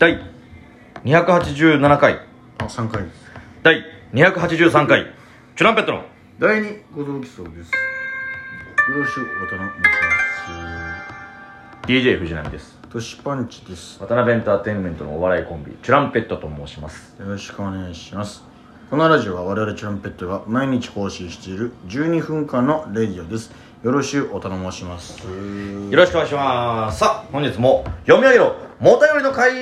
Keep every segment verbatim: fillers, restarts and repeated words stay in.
だいにひゃくはちじゅうななかい、 あ、さんかいです。 だいにひゃくはちじゅうさんかい、チュランペットのだいにご同期層です。よろしくお頼みします。 ディージェー 藤波です。 トシパンチです。 渡辺エンターテインメントのお笑いコンビチュランペットと申します。 よろしくお願いします。このラジオは我々チュランペットが毎日更新しているじゅうにふんかんのレディオです。よろしくお頼みします。 よろしくお願いします。さあ本日も読み上げろもたよりの会、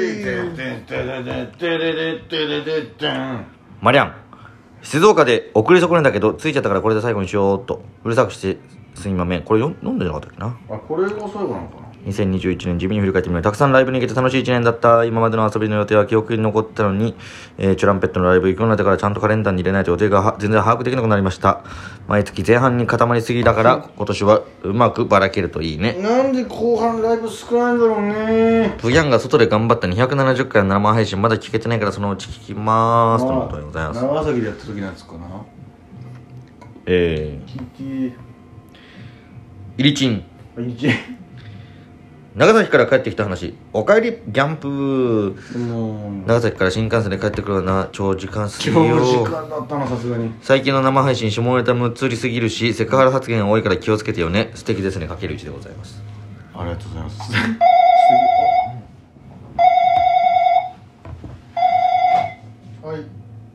マリアン、静岡で送り損ねたけど着いちゃったからこれで最後にしようっとうるさくしてすみません。これよ飲んでなかったっけな。 あ、これが最後なのかな。 にせんにじゅういちねん地味に振り返ってみる。たくさんライブに行けて楽しいいちねんだった。今までの遊びの予定は記憶に残ったのに、えー、チュランペットのライブ行くようになってからちゃんとカレンダーに入れないと予定が全然把握できなくなりました。毎月前半に固まりすぎだから今年はうまくばらけるといいね。 なんで後半ライブ少ないんだろうね。 プギャンが外で頑張ったにひゃくななじゅっかいの生配信まだ聞けてないからそのうち聞きまーす、まあ、とのことでございます。 長崎でやった時のやつかな。 えー、聞いてイリチンイリチン長崎から帰ってきた話。おかえりギャンプ。長崎から新幹線で帰ってくるような長時間すぎよ。 長時間だったな、さすがに。 最近の生配信下ネタむっつりすぎるしセクハラ発言が多いから気をつけてよね。素敵ですね。かけるいちでございます。 ありがとうございます。素敵。はい。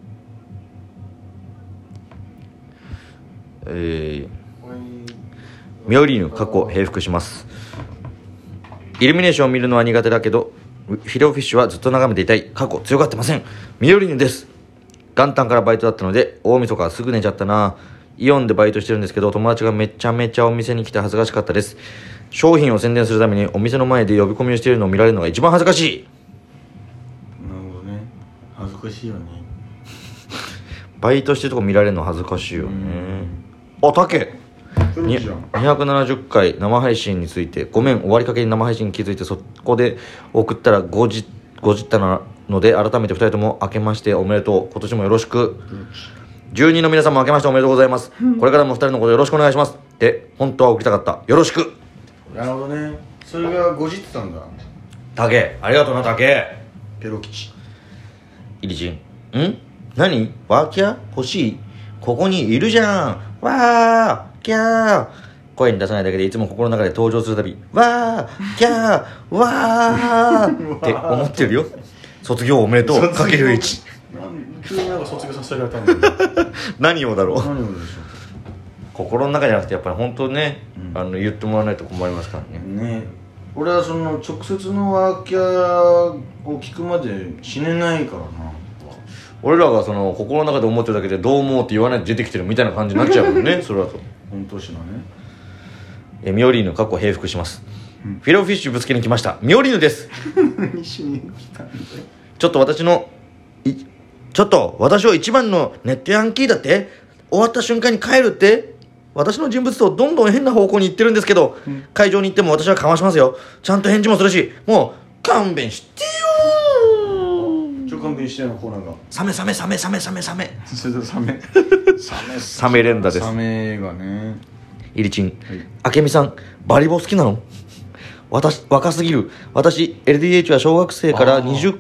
えー、ミオリーヌ過去閉腹します。イルミネーションを見るのは苦手だけどフィレオフィッシュはずっと眺めていたい。過去強がってません。ミオリーヌです。元旦からバイトだったので大晦日はすぐ寝ちゃったな。イオンでバイトしてるんですけど友達がめちゃめちゃお店に来て恥ずかしかったです。商品を宣伝するためにお店の前で呼び込みをしているのを見られるのが一番恥ずかしい。 なるほどね。恥ずかしいよね。 バイトしてるとこ見られるの恥ずかしいよね。あ、たけにひゃくななじゅっかい生配信についてごめん終わりかけに生配信に気づいてそこで送ったらごじごじったので改めてふたりとも明けましておめでとう。今年もよろしく。じゅうにんの皆さんも明けましておめでとうございます。これからもふたりのことよろしくお願いしますって本当は送りたかった。よろしく。 なるほどね。それがごじってたんだ。 たけありがとうな。たけペロ吉イリジンん何ワーキャー欲しい。ここにいるじゃん。わーキャー。声に出さないだけでいつも心の中で登場するたびわーキャーわーって思ってるよ。卒業おめでとうかけるいち。 急になんか卒業させられたんだ何をだろう。 何をでしょう。 心の中じゃなくてやっぱり本当ね、うん、あの言ってもらわないと困りますからね。 ね、俺はその直接のワーキャーを聞くまで死ねないからな。 俺らがその心の中で思ってるだけでどう思うって言わないと出てきてるみたいな感じになっちゃうもんね。それだと本当しなね。 えミオリーヌ過去閉腹します、うん、フィレオフィッシュぶつけに来ましたミオリーヌです。 何しに来たんだよ。 ちょっと私のいちょっと私を一番のネットヤンキーだって終わった瞬間に帰るって私の人物とどんどん変な方向に行ってるんですけど、うん、会場に行っても私はかわしますよ。ちゃんと返事もするしもう勘弁してよ。 ちょ勘弁してよ。コーナーがサメサメサメサメサメサメサメサメサメ連打です。 サメがね。 イリチン、あけみさんバリボ好きなの。私若すぎる。私 エルディーエイチ は小学生から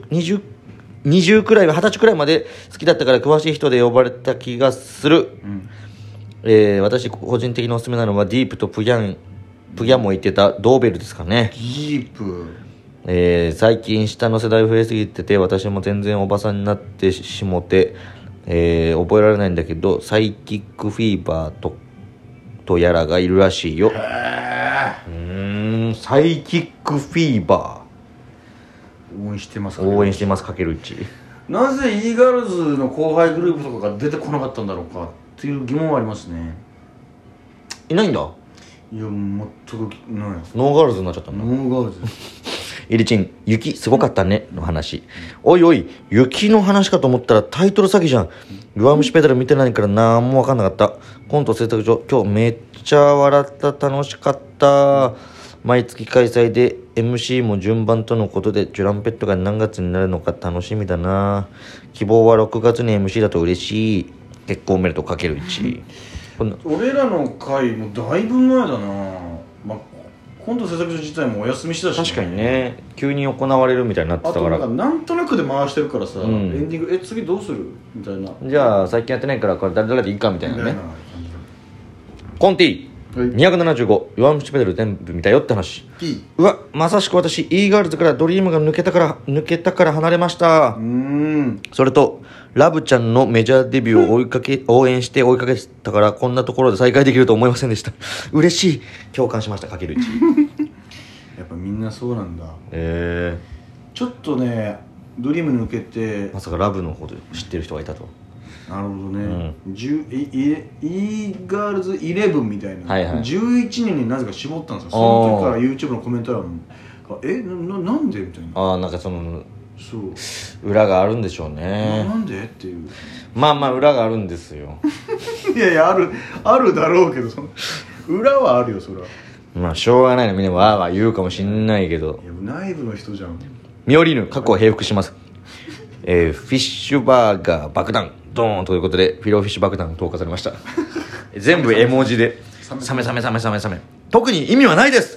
20、20、20くらいはたちくらいまで好きだったから詳しい人で呼ばれた気がする、うんえー、私個人的におすすめなのはディープとプギャンプギャンも言ってたドーベルですかね。 ディープ、 えー、最近下の世代増えすぎてて私も全然おばさんになってしもて、えー、覚えられないんだけどサイキックフィーバーととやらがいるらしいよ。へー、うーんサイキックフィーバー応援してますか応援してますかけるうち。 なぜ e ガールズの後輩グループとかが出てこなかったんだろうかっていう疑問はありますね。 いないんだ。 いや全くない。 ノーガールズになっちゃったんだ。 ノーガールズイリチン雪すごかったねの話。おいおい雪の話かと思ったらタイトル詐欺じゃん。弱虫ペダル見てないから何も分かんなかった。コント制作所今日めっちゃ笑った楽しかった。毎月開催で エムシー も順番とのことでチュランペットが何月になるのか楽しみだな。希望はろくがつに エムシー だと嬉しい。結婚おめでとうかけるいち。 俺らの回もだいぶ前だな、まあ、 コント制作所自体もお休みしてたし、ね、 確かにね急に行われるみたいになってたからあとなんかなんとなくで回してるからさ、 うん、 エンディングえ次どうするみたいなじゃあ最近やってないからこれ誰々でいいかみたいなねみたいな感コンティじはいにひゃくななじゅうご弱虫ペダル全部見たよって話 P うわまさしく私 E ガールズからドリームが抜けたから抜けたから離れましたうーんそれとラブちゃんのメジャーデビューを追いかけ応援して追いかけたからこんなところで再会できると思いませんでした嬉しい共感しましたかけるいちやっぱみんなそうなんだえちょっとねドリーム抜けてー、まさかラブのこと知ってる人がいたとなるほどね、うん、じゅう E ガールズイレブンみたいな、 はいはい、 じゅういちにんになぜか絞ったんですよその時から YouTube のコメント欄もえななんでみたいなああなんかそのそう裏があるんでしょうねななんでっていうまあまあ裏があるんですよいやいやあるあるだろうけどその裏はあるよそれはまあしょうがないのみんなわーわー言うかもしんないけどいや内部の人じゃんミオリーヌ過去を平服しますえー、フィッシュバーガー爆弾ドーンということでフィローフィッシュ爆弾が投下されました全部絵文字でサメサメサメサメサメ特に意味はないです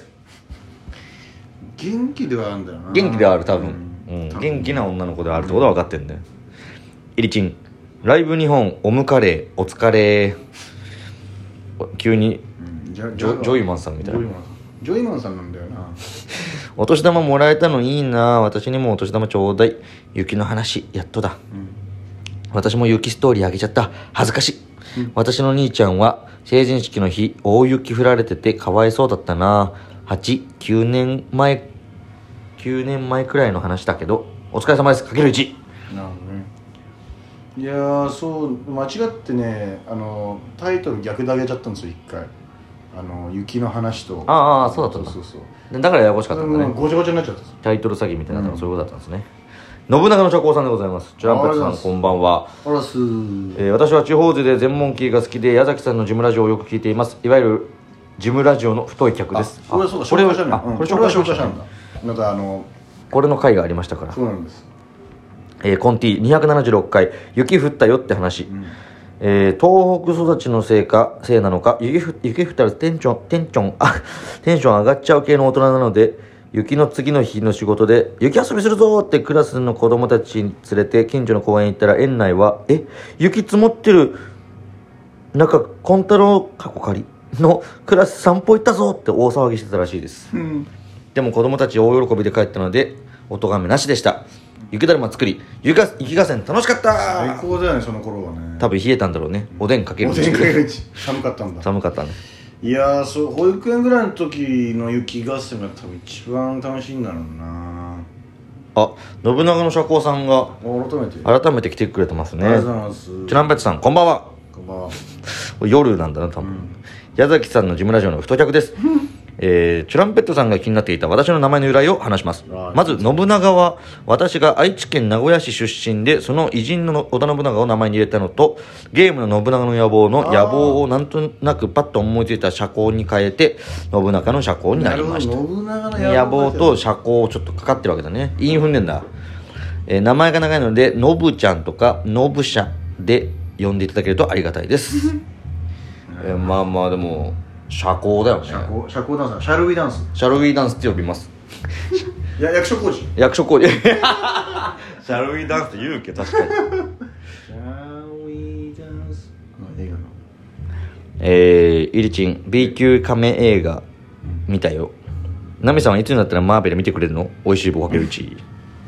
元気ではあるんだよな元気ではある多分、うん、 うん、多分元気な女の子ではあるってことは分かってんだよ、イリチンライブ日本オムカレーお疲れ急に、 うん、ジョジョジョイマンさんみたいなジョイマンさんなんだよなお年玉もらえたのいいな私にもお年玉ちょうだい雪の話やっとだ、うん、私も雪ストーリーあげちゃった恥ずかしい、うん、私の兄ちゃんは成人式の日大雪降られててかわいそうだったなはち、きゅうねんまえきゅうねんまえくらいの話だけどお疲れ様ですかけるいちなるほどねいやーそう間違ってねあのタイトル逆であげちゃったんですよ一回あの雪の話とああそうだったんだそうそうそうだからややこしかったんだね、 うん、ごちゃごちゃになっちゃったタイトル詐欺みたいなのがそういうことだったんですね、うん、信長の社交さんでございますチュランペットさんこんばんはあらす、えー、私は地方勢で全問キーが好きで矢崎さんのジムラジオをよく聞いていますいわゆるジムラジオの太い客です。 これそうだこれを紹介したんだ、 あこれ紹介しましたね。 なんかあのこれの回がありましたから。 そうなんです。 えー、コンティにひゃくななじゅうろっかい雪降ったよって話。うん、えー、東北育ちのせいかせいなのか雪ふ雪降ったらテンションテンションあテンション上がっちゃう系の大人なので雪の次の日の仕事で雪遊びするぞってクラスの子供たちに連れて近所の公園行ったら園内はえ雪積もってる中コンタロウ過去借りのクラス散歩行ったぞって大騒ぎしてたらしいです、うん、でも子供たち大喜びで帰ったのでお咎めなしでした。雪だるま作り雪が雪合戦楽しかった最高だよねその頃はね多分冷えたんだろうねおでんかけるおでんかける寒かったんだ寒かったねいやーそう保育園ぐらいの時の雪合戦が多分一番楽しいんだろうなあ信長の社交さんが改めて改めて来てくれてますねありがとうございますチュランペットさんこんばんはこんばんは夜なんだな多分、うん、矢崎さんのジムラジオの太客ですえー、チュランペットさんが気になっていた私の名前の由来を話します。まず信長は私が愛知県名古屋市出身でその偉人の織田信長を名前に入れたのとゲームの信長の野望の野望をなんとなくパッと思いついた社交に変えて信長の社交になりました。 信長の野望と社交をちょっとかかってるわけだね。韻踏んでんだ、えー、名前が長いのでのぶちゃんとかのぶしゃで呼んでいただけるとありがたいです、えー、まあまあでも社交だよね。 社交社交ダンスシャルウィダンスシャルウィダンスって呼びますいや役所工事役所工事シャルウィダンスって言うけど確かにシャルウィダンスの映画のえー、イリチン B 級亀映画見たよ。ナミさんはいつになったらマーベル見てくれるの？おいしい棒かけるち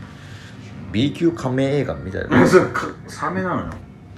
B 級亀映画みたいなサメなのよ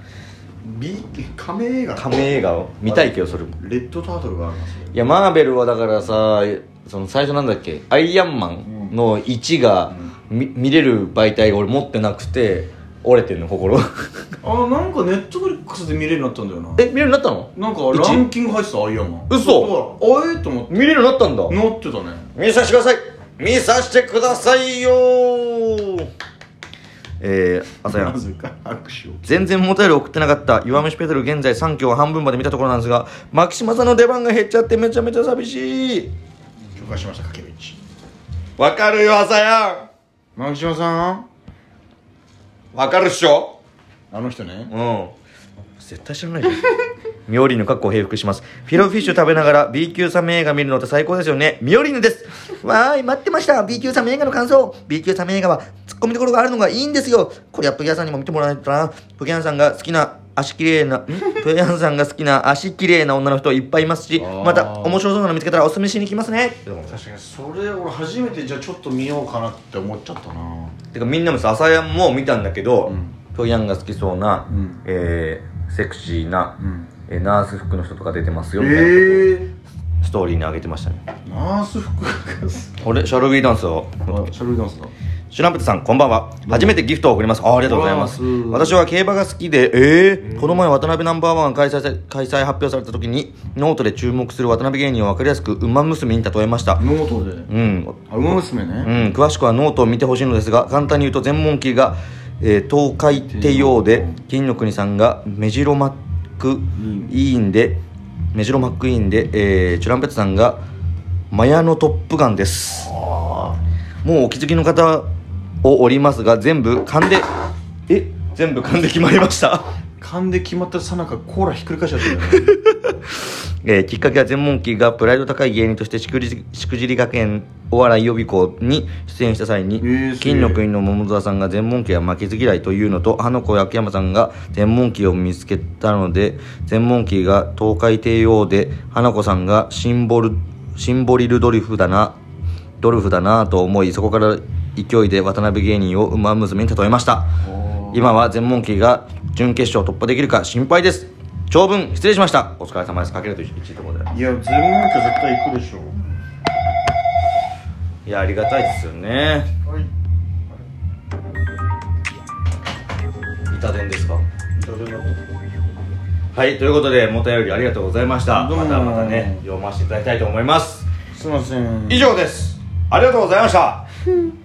B 亀映画亀映画を見たいけどそれもレッドタートルがありますよ。 いやマーベルはだからさその最初なんだっけアイアンマンのいちが、うん、見, 見れる媒体が俺持ってなくて折れてんの心あなんかネットフリックスで見れるようになったんだよな。 え見れるようになったの？ なんかランキング入ってたアイアンマン。 嘘あえと思って見れるようになったんだ。 なってたね。 見させてください見させてくださいよー。えー、朝やん全然もたより送ってなかった弱虫ペダル現在さんきょう半分まで見たところなんですがマキシマさんの出番が減っちゃってめちゃめちゃ寂しい。 紹介しましたかけるいちわかるよ朝やんマキシマさんわかるっしょあの人ねうん絶対知らないじゃんミオリーヌかっこ平服します。フィロフィッシュ食べながら B 級サメ映画見るのって最高ですよね。ミオリーヌです。わーい、待ってました。 B 級サメ映画の感想。 B 級サメ映画はツッコミどころがあるのがいいんですよ。これはプギャンさんにも見てもらわないとな。プギャンさんが好きな足きれいな、んプギャンさんが好きな足きれいな女の人いっぱいいますし、また面白そうなの見つけたらおすすめしに行きますね。 確かにそれ俺初めてじゃあちょっと見ようかなって思っちゃったな。 てかみんなもさ、朝やんも見たんだけど、 うん、 プギャンが好きそうな、 うん、 えー、セクシーな、 うんえー、ナース服の人とか出てますよみたいな、えー、ストーリーに上げてましたね。 ナース服俺シャルビーダンスをシャルビーダンスだ。 シュランペットさんこんばんは。初めてギフトを送ります。 あ, ありがとうございます。私は競馬が好きで、えー、この前渡辺ナンバーワン開催開催発表された時にノートで注目する渡辺芸人を分かりやすく馬娘に例えました。 ノートで、 うん、 あ、馬娘ね、 うん、詳しくはノートを見てほしいのですが、簡単に言うと全問記が、えー、東海帝王で、金の国さんがメジロマックイーンでメジロマックイーンで、えー、チュランペットさんがマヤのトップガンです。もうお気づきの方をおりますが、全部勘でえ全部勘で決まりました。 勘で決まったさなかコーラひっくり返しちゃったよね、 えー、きっかけは全問記がプライド高い芸人としてしくじしくじり学園お笑い予備校に出演した際に、えー、金の国の桃沢さんが全問記は負けず嫌いというのと、花子秋山さんが全問記を見つけたので全問記が東海帝王で、花子さんがシンボルシンボリルドリフだなドルフだなと思い、そこから勢いで渡辺芸人を馬娘に例えました。今は全問記が準決勝突破できるか心配です。長文失礼しました。お疲れ様です。かけるといちいところで、 いや全問記絶対行くでしょ。 いやありがたいですよね。 はい、 板伝ですか。 板伝だと。 はい、ということでもたよりありがとうございました。 どうもまたまたね読ませていただきたいと思います。 すいません。 以上です。ありがとうございました。